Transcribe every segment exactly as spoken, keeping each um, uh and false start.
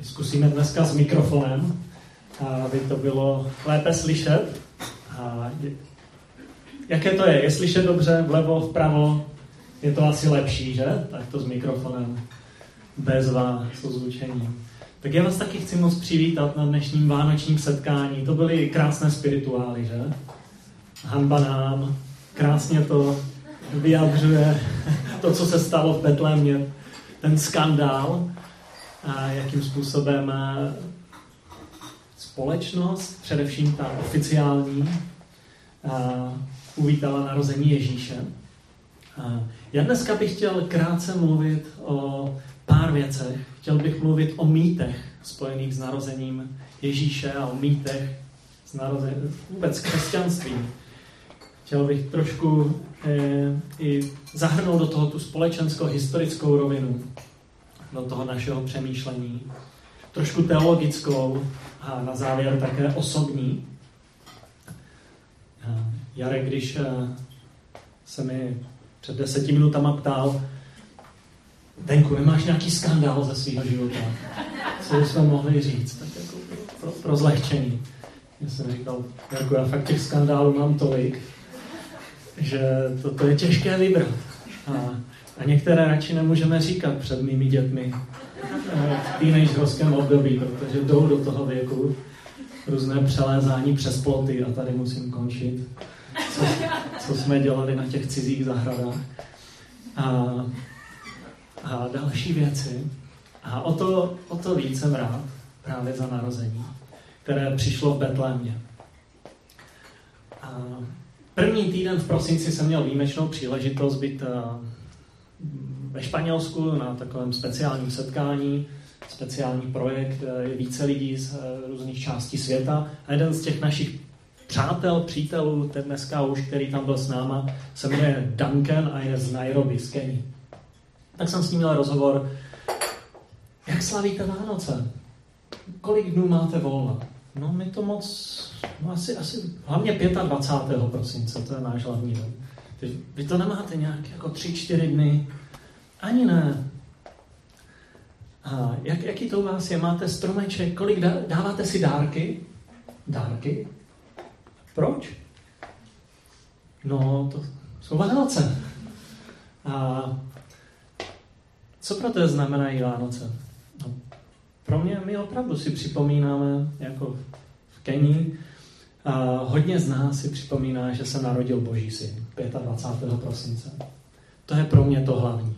zkusíme dneska s mikrofonem, aby to bylo lépe slyšet. A jaké to je? Je slyšet dobře, vlevo, vpravo? Je to asi lepší, že? Tak to s mikrofonem, bezva, s ozvučením. Tak já vás taky chci moc přivítat na dnešním vánočním setkání. To byly krásné spirituály, že? Hanba nám, krásně to vyjadřuje to, co se stalo v Betlémě, ten skandál, a jakým způsobem společnost, především ta oficiální, uvítala narození Ježíše. Já dneska bych chtěl krátce mluvit o pár věcech. Chtěl bych mluvit o mýtech spojených s narozením Ježíše a o mýtech s narozením vůbec křesťanstvím. Chtěl bych trošku eh, i zahrnout do toho tu společensko-historickou rovinu, do toho našeho přemýšlení, trošku teologickou a na závěr také osobní. Jarek, když eh, se mi před deseti minutama ptal, Denku, nemáš nějaký skandál ze svého života? Co jsme mohli říct? Tak jako pro, pro zlehčení. Já jsem říkal, Jarku, já fakt těch skandálů mám tolik, že to, to je těžké vybrat. A, a některé radši nemůžeme říkat před mými dětmi v teenagerovském období, protože jdou do toho věku různé přelézání přes ploty a tady musím končit, co, co jsme dělali na těch cizích zahradách. A, a další věci. A o to, o to víc jsem rád právě za narození, které přišlo v Betlémě. A první týden v prosinci jsem měl výjimečnou příležitost být ve Španělsku na takovém speciálním setkání, speciální projekt, je více lidí z různých částí světa a jeden z těch našich přátel, přítelů, ten dneska už, který tam byl s náma, se jmenuje Duncan a je z Nairobi, z Keni. Tak jsem s ním měl rozhovor, jak slavíte Vánoce? Kolik dnů máte volna? No my to moc, no asi, asi hlavně dvacátého pátého prosince, to je náš hlavní den. Vy to nemáte nějak jako tři, čtyři dny? Ani ne. A jak, jaký to u vás je? Máte stromeček? Kolik dá, dáváte si dárky? Dárky? Proč? No, to jsou Vánoce. A co pro to znamenají Vánoce? No, pro mě my opravdu si připomínáme, jako v Kenii, a hodně z nás si připomíná, že se narodil Boží syn dvacátého pátého prosince. To je pro mě to hlavní.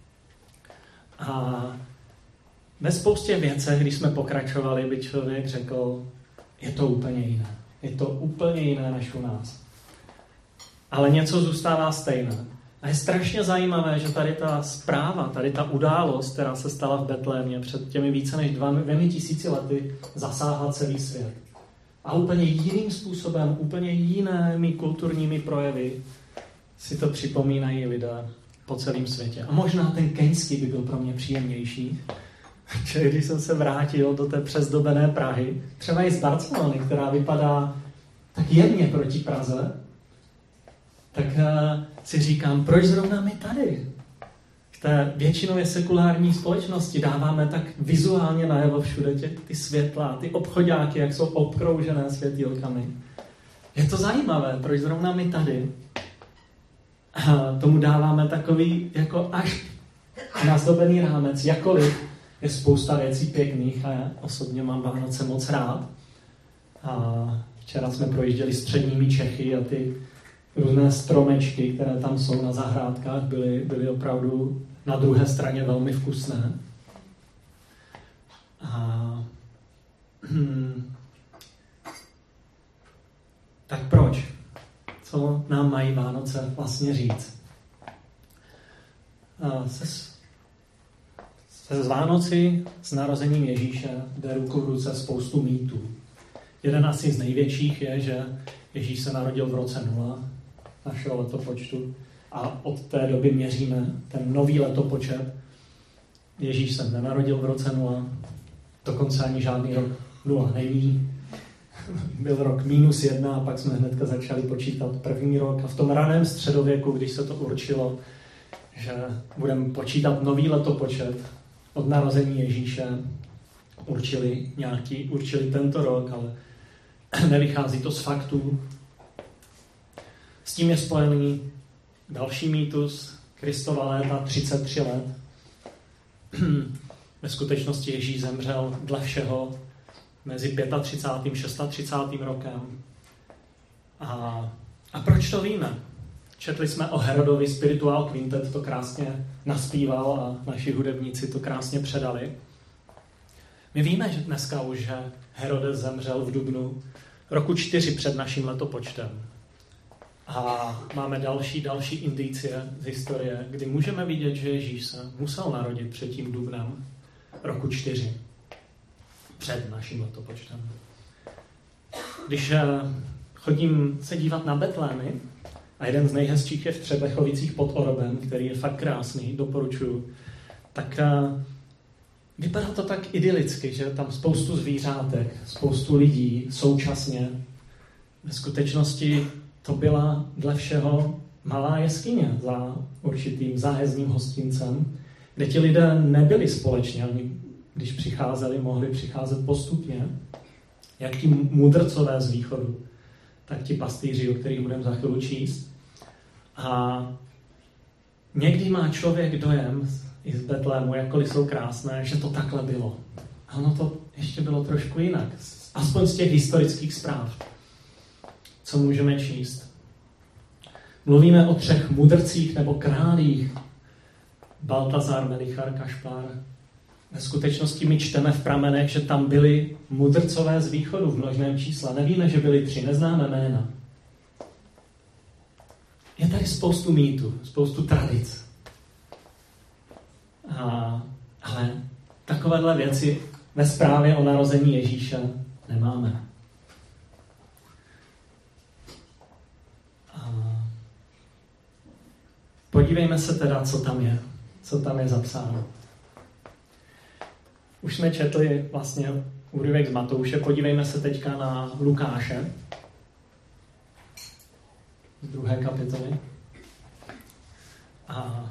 A ve spoustě věcech, když jsme pokračovali, by člověk řekl, je to úplně jiné. Je to úplně jiné než u nás. Ale něco zůstává stejné. A je strašně zajímavé, že tady ta zpráva, tady ta událost, která se stala v Betlémě před těmi více než dvěmi tisíci lety, zasáhla celý svět. A úplně jiným způsobem, úplně jinými kulturními projevy si to připomínají lidé po celém světě. A možná ten keňský by byl pro mě příjemnější, že když jsem se vrátil do té přezdobené Prahy, třeba i z Barcelony, která vypadá tak jemně proti Praze, tak uh, si říkám, proč zrovna my tady? V té většinově sekulární společnosti dáváme tak vizuálně najevo všude tě, ty světla, ty obchodáky, jak jsou obkroužené světýlkami. Je to zajímavé, proč zrovna my tady? A tomu dáváme takový jako až nazdobený rámec, jakkoliv je spousta věcí pěkných a já osobně mám Vánoce moc rád. A včera jsme projížděli středními Čechy a ty různé stromečky, které tam jsou na zahrádkách, byly, byly opravdu na druhé straně velmi vkusné. A, hmm, tak proč? Co nám mají Vánoce vlastně říct? A se, se z Vánoci, s narozením Ježíše, jde ruku v ruce spoustu mýtů. Jeden asi z největších je, že Ježíš se narodil v roce nula našeho letopočtu a od té doby měříme ten nový letopočet. Ježíš se nenarodil v roce nula, dokonce ani žádný rok nula není. Byl rok minus jedna a pak jsme hnedka začali počítat první rok a v tom raném středověku, když se to určilo, že budeme počítat nový letopočet od narození Ježíše, určili nějaký, určili tento rok, ale nevychází to z faktů. S tím je spojený další mýtus, Kristova léta, třicet tři let. Ve skutečnosti Ježíš zemřel dle všeho mezi třicátým pátým a třicátým šestým rokem. A, a proč to víme? Četli jsme o Herodovi, Spiritual Quintet to krásně naspíval a naši hudebníci to krásně předali. My víme že dneska už, že Herodes zemřel v dubnu roku čtyři před naším letopočtem. A máme další, další indicie z historie, kdy můžeme vidět, že Ježíš se musel narodit před tím dubnem roku čtyři. Před naším letopočtem. Když chodím se dívat na Betlémy, a jeden z nejhezčích je v Třebechovicích pod Orobem, který je fakt krásný, doporučuju, tak vypadá to tak idylicky, že tam spoustu zvířátek, spoustu lidí současně. Ve skutečnosti to byla dle všeho malá jeskyně za určitým zájezdním hostincem, kde ti lidé nebyli společně, oni když přicházeli, mohli přicházet postupně, jak ti mudrcové z východu, tak ti pastýři, o kterých budeme za chvíli číst. A někdy má člověk dojem i z Betlému, jakkoliv jsou krásné, že to takhle bylo. A ono to ještě bylo trošku jinak. Aspoň z těch historických zpráv, co můžeme číst. Mluvíme o třech mudrcích nebo králích. Baltazar, Melichar, Kašpar. Ve skutečnosti my čteme v pramenech, že tam byli mudrcové z východu v množném čísle. Nevíme, že byli tři, neznáme jména. Je tady spoustu mýtů, spoustu tradic. A, ale takovéhle věci ve zprávě o narození Ježíše nemáme. A podívejme se teda, co tam je. Co tam je zapsáno. Už jsme četli vlastně úryvek z Matouše, podívejme se teďka na Lukáše, z druhé kapitoly. A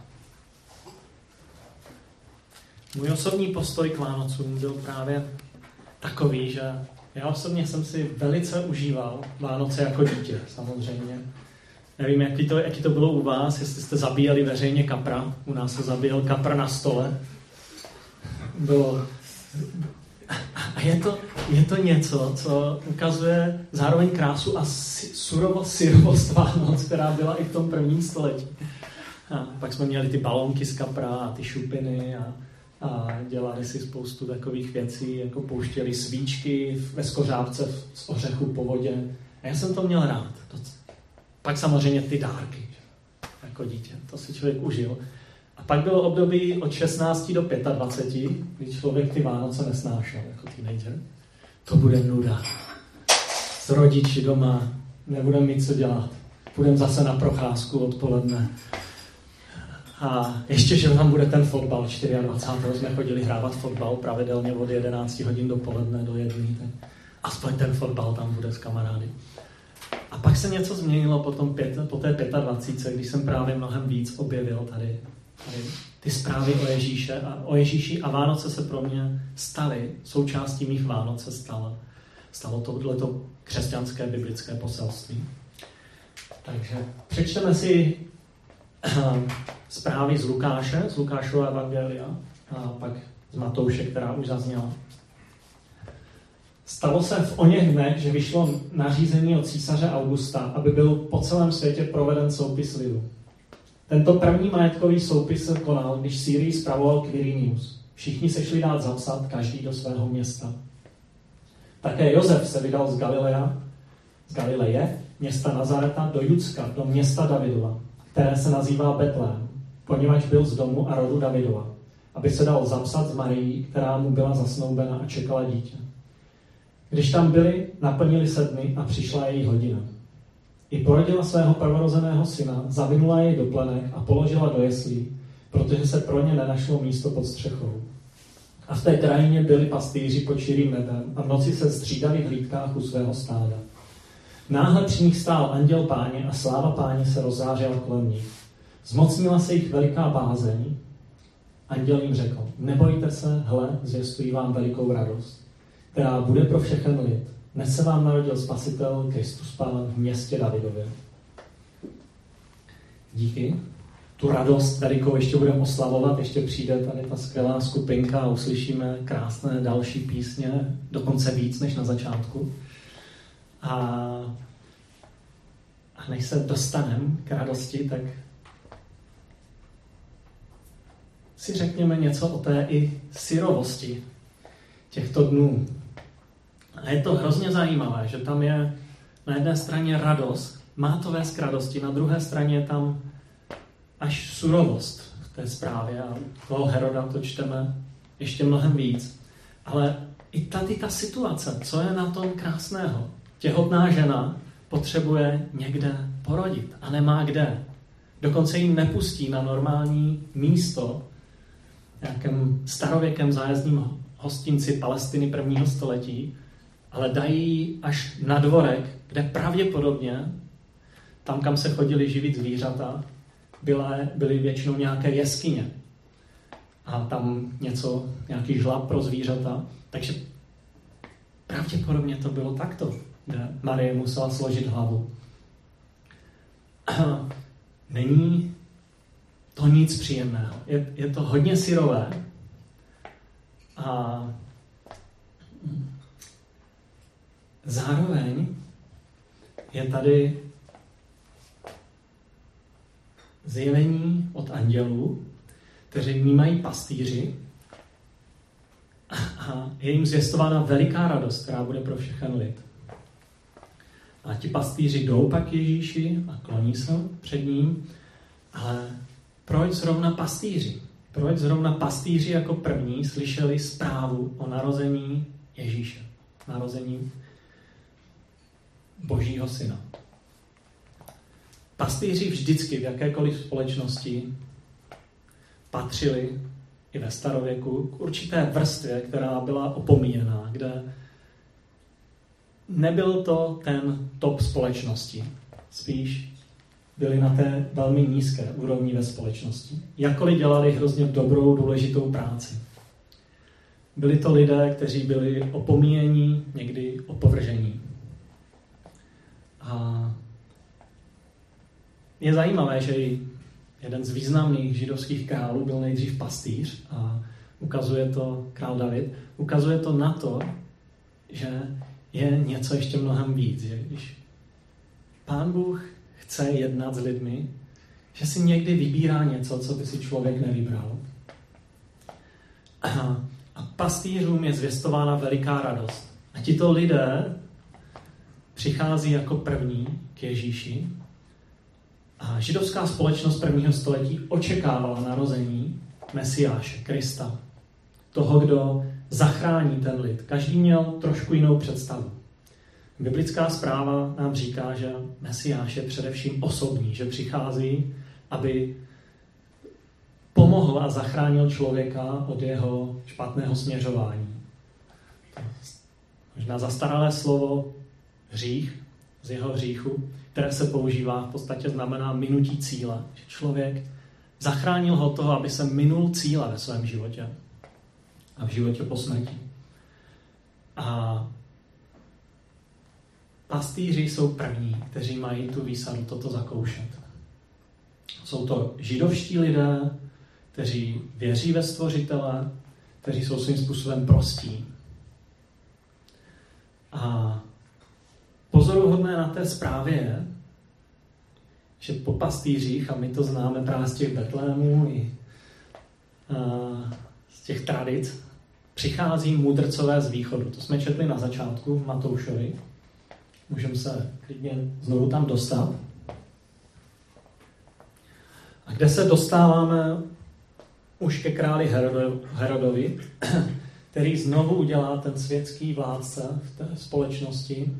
můj osobní postoj k Vánocům byl právě takový, že já osobně jsem si velice užíval Vánoce jako dítě, samozřejmě. Nevím, jaký to, jaký to bylo u vás, jestli jste zabíjeli veřejně kapra. U nás se zabíjel kapra na stole. Bylo... A je to, je to něco, co ukazuje zároveň krásu a surovost, syrovost Vánoc, která byla i v tom prvním století. A pak jsme měli ty balónky z kapra a ty šupiny a, a dělali si spoustu takových věcí, jako pouštěli svíčky ve skořápce z ořechu po vodě. A já jsem to měl rád. Pak samozřejmě ty dárky, jako dítě, to si člověk užil. A pak bylo období od šestnácti do dvaceti pěti, kdy člověk ty Vánoce nesnášel, jako teenager. To bude nuda. S rodiči doma nebudeme mít co dělat. Půjdeme zase na procházku odpoledne. A ještě, že tam bude ten fotbal. dvacátého čtvrtého jsme chodili hrávat fotbal pravidelně od jedenácti hodin dopoledne do jedné. Aspoň ten fotbal tam bude s kamarády. A pak se něco změnilo potom pět, po té dvaceti pěti, když jsem právě mnohem víc objevil tady, tady ty zprávy o Ježíše a o Ježíši a Vánoce se pro mě staly, součástí mých Vánoce stalo, stalo tohleto křesťanské biblické poselství. Takže přečteme si zprávy z Lukáše, z Lukášova evangelia a pak z Matouše, která už zazněla. Stalo se v oněch dnech, že vyšlo nařízení od císaře Augusta, aby byl po celém světě proveden soupis lidu. Tento první majetkový soupis se konal, když Sýrii spravoval Quirinius. Všichni se šli dát zapsat, každý do svého města. Také Josef se vydal z Galilea, z Galileje, města Nazareta, do Judska, do města Davidova, které se nazývá Betlém, poněvadž byl z domu a rodu Davidova, aby se dal zapsat s Marií, která mu byla zasnoubena a čekala dítě. Když tam byli, naplnili se dny a přišla její hodina. I porodila svého prvorozeného syna, zavinula jej do plenek a položila do jeslí, protože se pro ně nenašlo místo pod střechou. A v té krajině byli pastýři pod širým nebem a v noci se střídali v hlídkách u svého stáda. Náhle při nich stál anděl Páně a sláva Páně se rozzářila kolem nich. Zmocnila se jich veliká bázeň. Anděl jim řekl: nebojte se, hle, zvěstují vám velikou radost, která bude pro všechen lid. Dnes se vám narodil Spasitel, Kristus Pán v městě Davidově. Díky. Tu radost velikou ještě budeme oslavovat, ještě přijde tady ta skvělá skupinka a uslyšíme krásné další písně, dokonce víc než na začátku. A, a než se dostaneme k radosti, tak si řekněme něco o té i syrovosti těchto dnů. A je to hrozně zajímavé, že tam je na jedné straně radost, má to vést k radosti, na druhé straně je tam až surovost v té zprávě a toho Heroda to čteme ještě mnohem víc. Ale i tady ta situace, co je na tom krásného? Těhotná žena potřebuje někde porodit a nemá kde. Dokonce ji nepustí na normální místo v nějakém starověkém zájezdním hostinci Palestiny prvního století, ale dají ji až na dvorek, kde pravděpodobně, tam, kam se chodili živit zvířata, byly, byly většinou nějaké jeskyně. A tam něco, nějaký žlab pro zvířata. Takže pravděpodobně to bylo takto, kde Marie musela složit hlavu. A není to nic příjemného. Je, je to hodně syrové. A zároveň je tady zjevení od andělů, kteří vnímají pastýři a je jim zvěstována veliká radost, která bude pro všechen lid. A ti pastýři jdou pak k Ježíši a kloní se před ním, ale proč zrovna pastýři? Proč zrovna pastýři jako první slyšeli zprávu o narození Ježíše, narození Božího syna? Pastýři vždycky v jakékoliv společnosti patřili i ve starověku k určité vrstvě, která byla opomíjená, kde nebyl to ten top společnosti. Spíš byli na té velmi nízké úrovni ve společnosti. Jakkoliv dělali hrozně dobrou, důležitou práci. Byli to lidé, kteří byli opomíjení, někdy opovržení. A je zajímavé, že i jeden z významných židovských králů byl nejdřív pastýř a ukazuje to král David, ukazuje to na to, že je něco ještě mnohem víc. Že když Pán Bůh chce jednat s lidmi, že si někdy vybírá něco, co by si člověk nevybral. A, a pastýřům je zvěstována veliká radost. A tito lidé přichází jako první k Ježíši. A židovská společnost prvního století očekávala narození Mesiáše, Krista. Toho, kdo zachrání ten lid. Každý měl trošku jinou představu. Biblická zpráva nám říká, že Mesiáš je především osobní, že přichází, aby pomohl a zachránil člověka od jeho špatného směřování. Možná zastaralé slovo hřích, z jeho hříchu, které se používá, v podstatě znamená minutí cíle. Že člověk zachránil ho toho, aby se minul cíle ve svém životě a v životě po smrti. A pastýři jsou první, kteří mají tu výsadu toto zakoušet. Jsou to židovští lidé, kteří věří ve Stvořitele, kteří jsou svým způsobem prostí. A pozoruhodné na té zprávě je, že po pastýřích, a my to známe právě z těch Betlémů i a, z těch tradic, přichází mudrcové z východu. To jsme četli na začátku v Matoušovi. Můžeme se klidně znovu tam dostat. A kde se dostáváme už ke králi Herodovi, který znovu udělá ten světský vládce v té společnosti,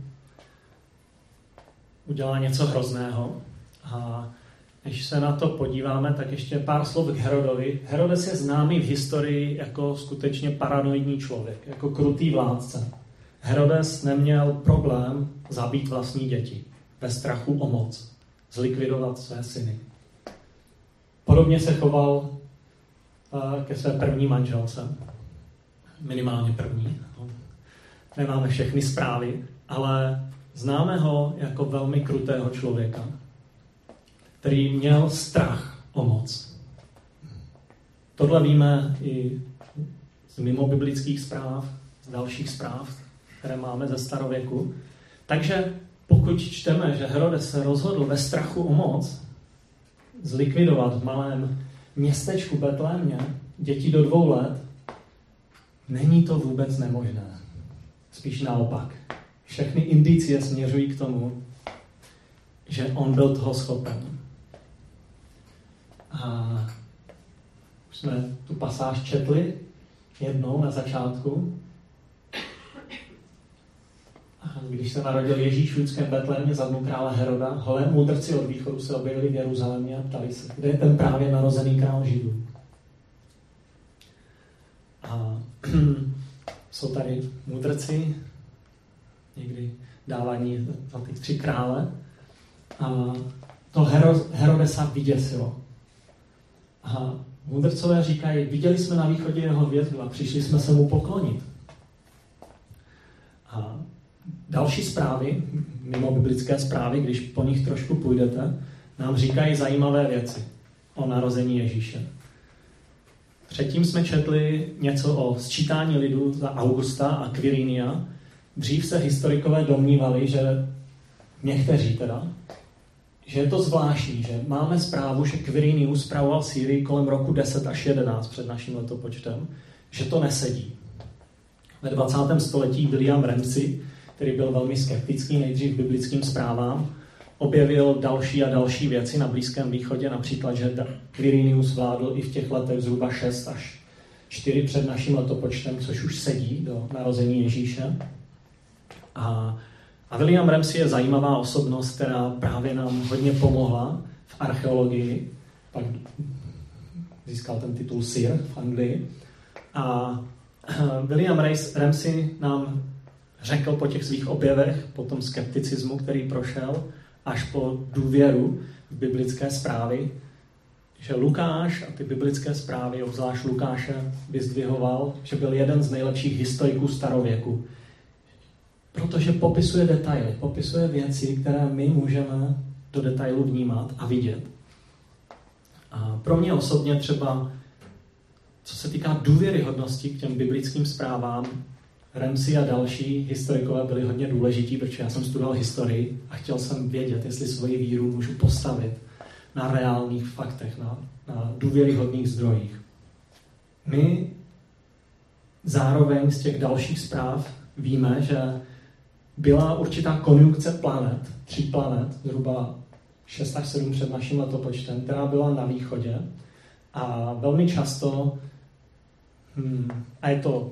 udělá něco hrozného. A když se na to podíváme, tak ještě pár slov k Herodovi. Herodes je známý v historii jako skutečně paranoidní člověk, jako krutý vládce. Herodes neměl problém zabít vlastní děti, ve strachu o moc, zlikvidovat své syny. Podobně se choval ke své první manželce. Minimálně první. Nemáme všechny zprávy, ale známe ho jako velmi krutého člověka, který měl strach o moc. Tohle víme i z mimobiblických zpráv, z dalších zpráv, které máme ze starověku. Takže pokud čteme, že Herodes se rozhodl ve strachu o moc zlikvidovat v malém městečku Betlémě děti do dvou let, není to vůbec nemožné. Spíš naopak. Všechny indicie směřují k tomu, že on byl toho schopen. A už jsme tu pasáž četli jednou na začátku. A když se narodil Ježíš v judském Betlémě za dnu krále Heroda, hle, mudrci od východu se objevili v Jeruzalémě a ptali se, kde je ten právě narozený král Židů. A jsou tady mudrci, někdy dávaní za ty tři krále. A to Herodesa vyděsilo. A mudrcové říkají, viděli jsme na východě jeho hvězdu a přišli jsme se mu poklonit. A další zprávy, mimo biblické zprávy, když po nich trošku půjdete, nám říkají zajímavé věci o narození Ježíše. Předtím jsme četli něco o sčítání lidu za Augusta a Quirinia. Dřív se historikové domnívali, že někteří teda, že je to zvláštní, že máme zprávu, že Quirinius spravoval Sýrii kolem roku deset až jedenáct před naším letopočtem, že to nesedí. Ve dvacátém století William Ramsay, který byl velmi skeptický nejdřív biblickým zprávám, objevil další a další věci na Blízkém východě, například, že Quirinius vládl i v těch letech zhruba šest až čtyři před naším letopočtem, což už sedí do narození Ježíše. A, a William Ramsay je zajímavá osobnost, která právě nám hodně pomohla v archeologii, pak získal ten titul Sir v Anglii. A William Ramsay nám řekl po těch svých objevech, po tom skepticismu, který prošel, až po důvěru v biblické zprávy, že Lukáš a ty biblické zprávy, obzvlášť Lukáše, vyzdvihoval, že byl jeden z nejlepších historiků starověku. Protože popisuje detaily, popisuje věci, které my můžeme do detailu vnímat a vidět. A pro mě osobně třeba, co se týká důvěryhodnosti k těm biblickým zprávám, Ramsay a další historikové byli hodně důležití, protože já jsem studoval historii a chtěl jsem vědět, jestli svoji víru můžu postavit na reálných faktech, na, na důvěryhodných zdrojích. My zároveň z těch dalších zpráv víme, že byla určitá konjunkce planet, tří planet, zhruba šest až sedm před naším letopočtem, která byla na východě a velmi často, hmm, a je to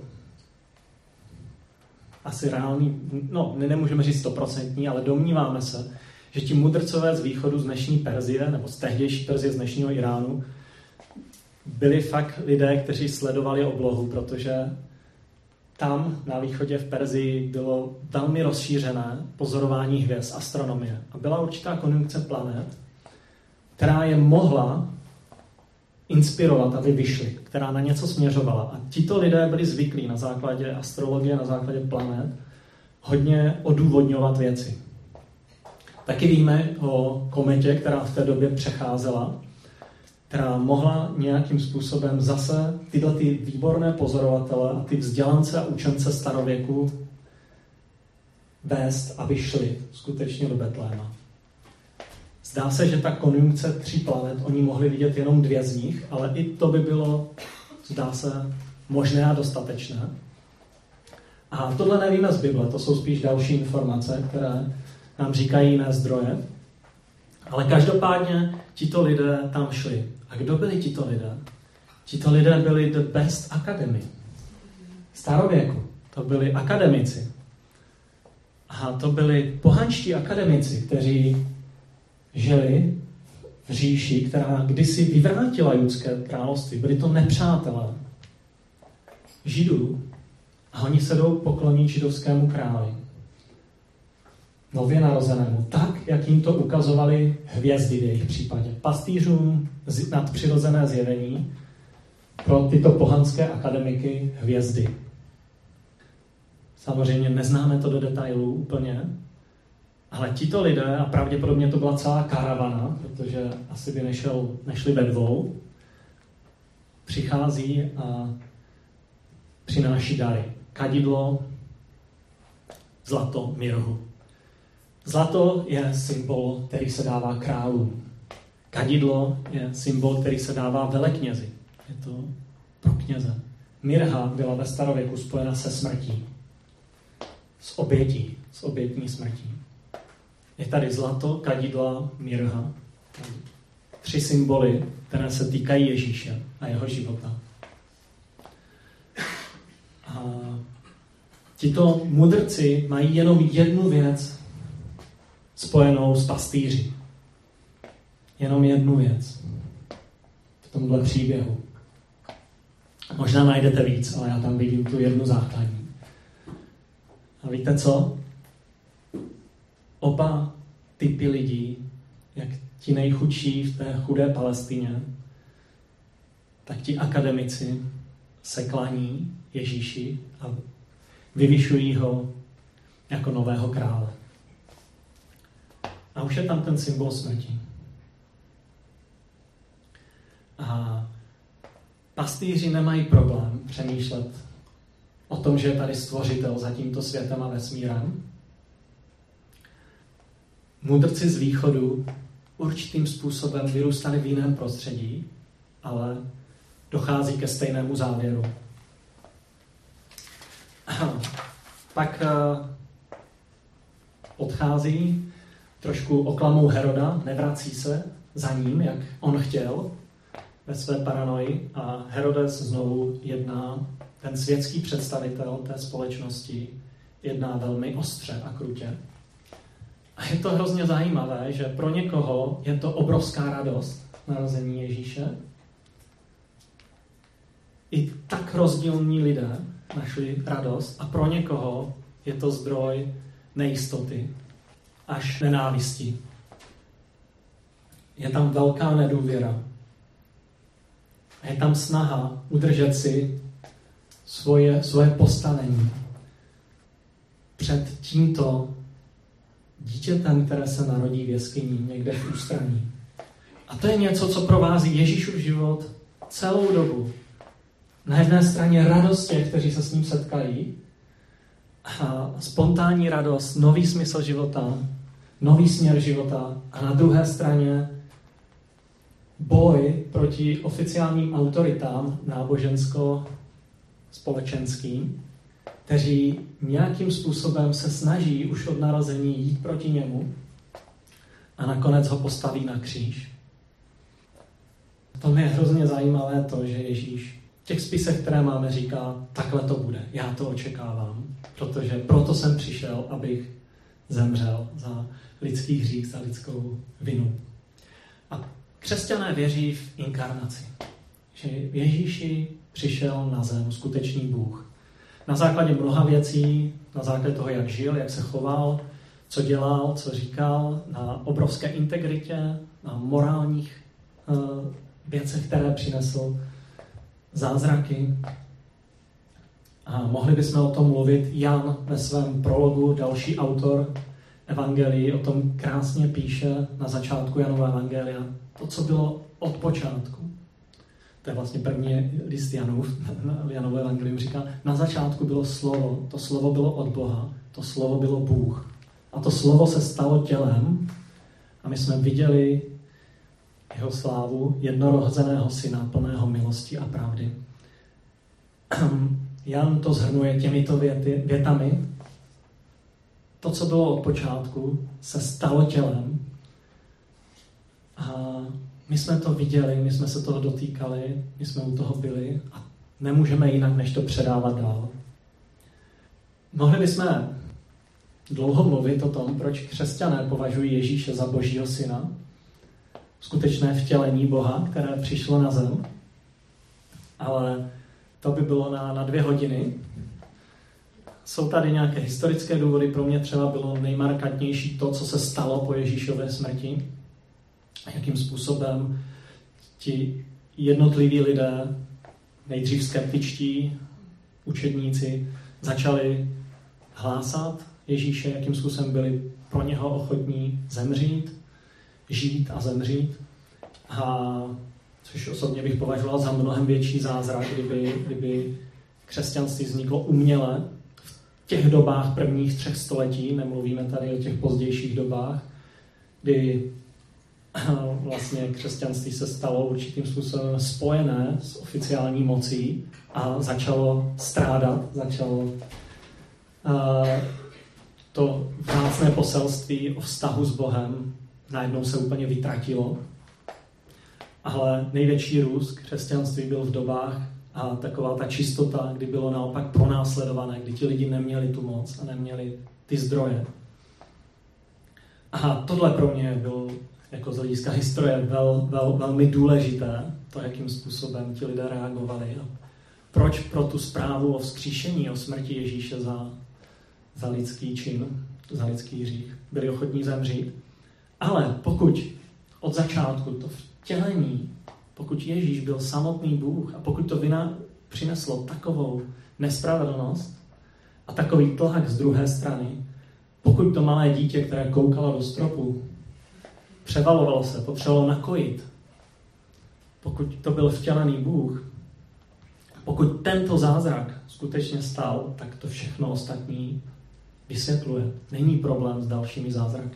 asi reálný, no nemůžeme říct stoprocentní, ale domníváme se, že ti mudrcové z východu, z dnešní Perzie, nebo z tehdejší Perzie, z dnešního Iránu, byli fakt lidé, kteří sledovali oblohu, protože tam na východě v Perzii bylo velmi rozšířené pozorování hvězd, astronomie. A byla určitá konjunkce planet, která je mohla inspirovat, aby vyšli, která na něco směřovala. A tito lidé byli zvyklí na základě astrologie, na základě planet, hodně odůvodňovat věci. Taky víme o kometě, která v té době přecházela, která mohla nějakým způsobem zase tyhle ty výborné pozorovatele a ty vzdělance a učence starověku vést, aby šli skutečně do Betléma. Zdá se, že ta konjunkce tří planet, oni mohli vidět jenom dvě z nich, ale i to by bylo, zdá se, možné a dostatečné. A tohle nevíme z Bible, to jsou spíš další informace, které nám říkají jiné zdroje. Ale každopádně tito lidé tam šli. A kdo byli tito lidé? Tito lidé byli the best academy. Starověku. To byli akademici. A to byli pohanští akademici, kteří žili v říši, která kdysi vyvrátila judské království. Byli to nepřátelé Židů. A oni se jdou poklonit židovskému králi. Nově narozenému. Tak, jak jim to ukazovali hvězdy v jejich případě. Pastýřům nadpřirozené zjevení pro tyto pohanské akademiky hvězdy. Samozřejmě neznáme to do detailů úplně, ale tito lidé, a pravděpodobně to byla celá karavana, protože asi by nešel, nešli ve dvou, přichází a přináší dary. Kadidlo, zlato, mirhu. Zlato je symbol, který se dává králům. Kadidlo je symbol, který se dává veleknězi. Je to pro kněze. Mirha byla ve starověku spojena se smrtí. S obětí. S obětní smrtí. Je tady zlato, kadidla, mirha. Tři symboly, které se týkají Ježíše a jeho života. A tito mudrci mají jenom jednu věc spojenou s pastýři. Jenom jednu věc v tomhle příběhu. Možná najdete víc, ale já tam vidím tu jednu základní. A víte co? Oba typy lidí, jak ti nejchudší v té chudé Palestině, tak ti akademici se klaní Ježíši a vyvyšují ho jako nového krále. A už je tam ten symbol smrti. A pastýři nemají problém přemýšlet o tom, že je tady stvořitel za tímto světem a vesmírem. Mudrci z východu určitým způsobem vyrůstali v jiném prostředí, ale dochází ke stejnému závěru. Pak odchází, trošku oklamou Heroda, nevrací se za ním, jak on chtěl, ve své paranoji, a Herodes znovu jedná, ten světský představitel té společnosti jedná velmi ostře a krutě. A je to hrozně zajímavé, že pro někoho je to obrovská radost narození Ježíše. I tak rozdílní lidé našli radost a pro někoho je to zdroj nejistoty až nenávisti. Je tam velká nedůvěra. Je tam snaha udržet si svoje, svoje postavení před tímto dítětem, které se narodí v jeskyni, někde v ústraní. A to je něco, co provází Ježíšův život celou dobu. Na jedné straně radost těch, kteří se s ním setkají, a spontánní radost, nový smysl života, nový směr života, a na druhé straně boj proti oficiálním autoritám nábožensko-společenským, kteří nějakým způsobem se snaží už od narození jít proti němu a nakonec ho postaví na kříž. To je hrozně zajímavé to, že Ježíš v těch spisech, které máme, říká, takhle to bude, já to očekávám, protože proto jsem přišel, abych zemřel za lidský hřích, za lidskou vinu. A křesťané věří v inkarnaci, že Ježíši přišel na zem skutečný Bůh. Na základě mnoha věcí, na základě toho, jak žil, jak se choval, co dělal, co říkal, na obrovské integritě, na morálních uh, věcech, které přinesl, zázraky. A mohli bychom o tom mluvit. Jan ve svém prologu, další autor evangelii, o tom krásně píše na začátku Janova evangelia. To, co bylo od počátku. To je vlastně první list Janův, Janovo evangelium říká, na začátku bylo slovo, to slovo bylo od Boha, to slovo bylo Bůh. A to slovo se stalo tělem a my jsme viděli jeho slávu, jednorozeného syna, plného milosti a pravdy. Jan to shrnuje těmito věty, větami. To, co bylo od počátku, se stalo tělem. A my jsme to viděli, my jsme se toho dotýkali, my jsme u toho byli a nemůžeme jinak, než to předávat dál. Mohli bychom dlouho mluvit o tom, proč křesťané považují Ježíše za Božího syna, skutečné vtělení Boha, které přišlo na zem, ale to by bylo na, na dvě hodiny. Jsou tady nějaké historické důvody, pro mě třeba bylo nejmarkantnější to, co se stalo po Ježíšově smrti, jakým způsobem ti jednotliví lidé nejdřív skeptičtí učedníci začali hlásat Ježíše, jakým způsobem byli pro něho ochotní zemřít, žít a zemřít. A což osobně bych považoval za mnohem větší zázrak, kdyby, kdyby křesťanství vzniklo uměle v těch dobách prvních třech století, nemluvíme tady o těch pozdějších dobách, kdy vlastně křesťanství se stalo určitým způsobem spojené s oficiální mocí a začalo strádat, začalo uh, to vzácné poselství o vztahu s Bohem najednou se úplně vytratilo. Ale největší růst křesťanství byl v dobách a taková ta čistota, kdy bylo naopak pronásledované, kdy ti lidi neměli tu moc a neměli ty zdroje. A tohle pro mě bylo jako z hlediska historie vel, vel, velmi důležité, to, jakým způsobem ti lidé reagovali. A proč pro tu zprávu o vzkříšení, o smrti Ježíše za, za lidský čin, za lidský hřích, byli ochotní zemřít. Ale pokud od začátku to vtělení, pokud Ježíš byl samotný Bůh a pokud to vina přineslo takovou nespravedlnost a takový tlak z druhé strany, pokud to malé dítě, které koukalo do stropu, převalovalo se, potřebovalo nakojit, pokud to byl vtělený Bůh, pokud tento zázrak skutečně stal, tak to všechno ostatní vysvětluje. Není problém s dalšími zázraky.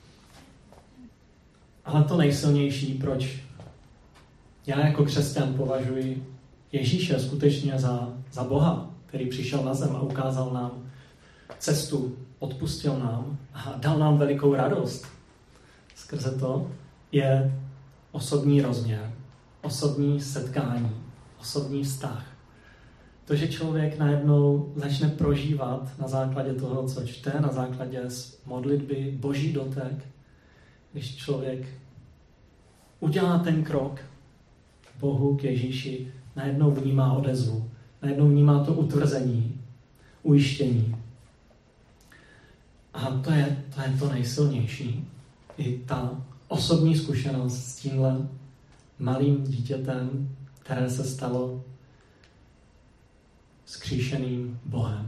Ale to nejsilnější, proč já jako křesťan považuji Ježíše skutečně za, za Boha, který přišel na zem a ukázal nám cestu, odpustil nám a dal nám velikou radost. Skrze to je osobní rozměr, osobní setkání, osobní vztah. To, že člověk najednou začne prožívat na základě toho, co čte, na základě modlitby, boží dotek, když člověk udělá ten krok k Bohu, k Ježíši, najednou vnímá odezvu, najednou vnímá to utvrzení, ujištění. A to je to, je to nejsilnější. I ta osobní zkušenost s tímhle malým dítětem, které se stalo vzkříšeným Bohem.